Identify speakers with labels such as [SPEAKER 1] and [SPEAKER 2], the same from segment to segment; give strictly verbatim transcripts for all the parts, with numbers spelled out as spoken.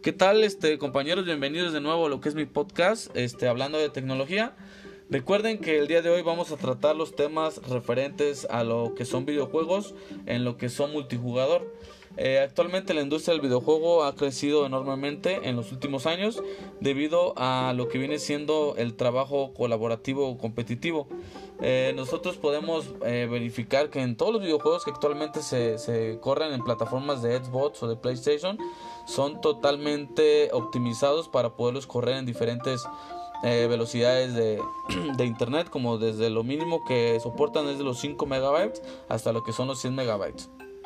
[SPEAKER 1] ¿Qué tal, este, compañeros? Bienvenidos de nuevo a lo que es mi podcast, este, hablando de tecnología. Recuerden que el día de hoy vamos a tratar los temas referentes a lo que son videojuegos, en lo que son multijugador. Eh, actualmente la industria del videojuego ha crecido enormemente en los últimos años debido a lo que viene siendo el trabajo colaborativo o competitivo. Eh, nosotros podemos eh, verificar que en todos los videojuegos que actualmente se, se corren en plataformas de Xbox o de PlayStation son totalmente optimizados para poderlos correr en diferentes eh, velocidades de, de internet, como desde lo mínimo que soportan desde los cinco megabytes hasta lo que son los cien megabytes.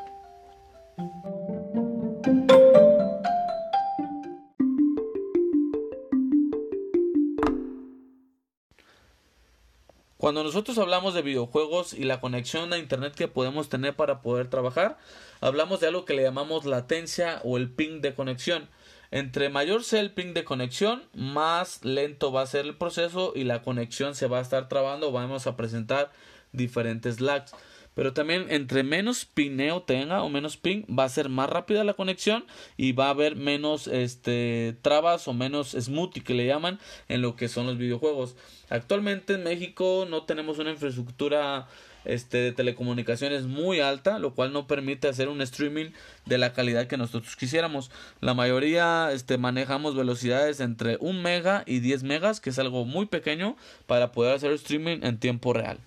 [SPEAKER 1] Cuando nosotros hablamos de videojuegos y la conexión a internet que podemos tener para poder trabajar, hablamos de algo que le llamamos latencia o el ping de conexión. Entre mayor sea el ping de conexión, más lento va a ser el proceso y la conexión se va a estar trabando, vamos a presentar diferentes lags. Pero también entre menos pineo tenga o menos ping, va a ser más rápida la conexión y va a haber menos este, trabas o menos smoothie que le llaman en lo que son los videojuegos. Actualmente en México no tenemos una infraestructura este, de telecomunicaciones muy alta, lo cual no permite hacer un streaming de la calidad que nosotros quisiéramos. La mayoría este, manejamos velocidades entre un mega y diez megas, que es algo muy pequeño para poder hacer streaming en tiempo real.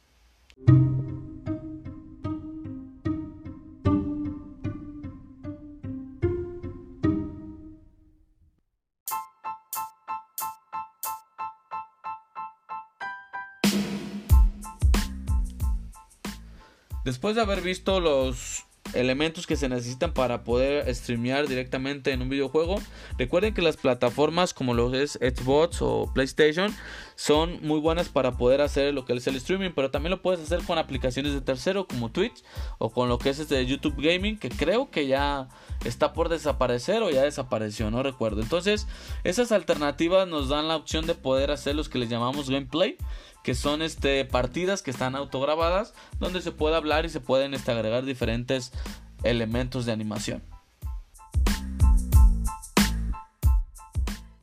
[SPEAKER 1] Después de haber visto los elementos que se necesitan para poder streamear directamente en un videojuego, recuerden que las plataformas como lo es Xbox o PlayStation son muy buenas para poder hacer lo que es el streaming, pero también lo puedes hacer con aplicaciones de tercero como Twitch o con lo que es este YouTube Gaming, que creo que ya está por desaparecer o ya desapareció, no recuerdo. Entonces esas alternativas nos dan la opción de poder hacer los que les llamamos gameplay, que son este, partidas que están autograbadas donde se puede hablar y se pueden este, agregar diferentes elementos de animación.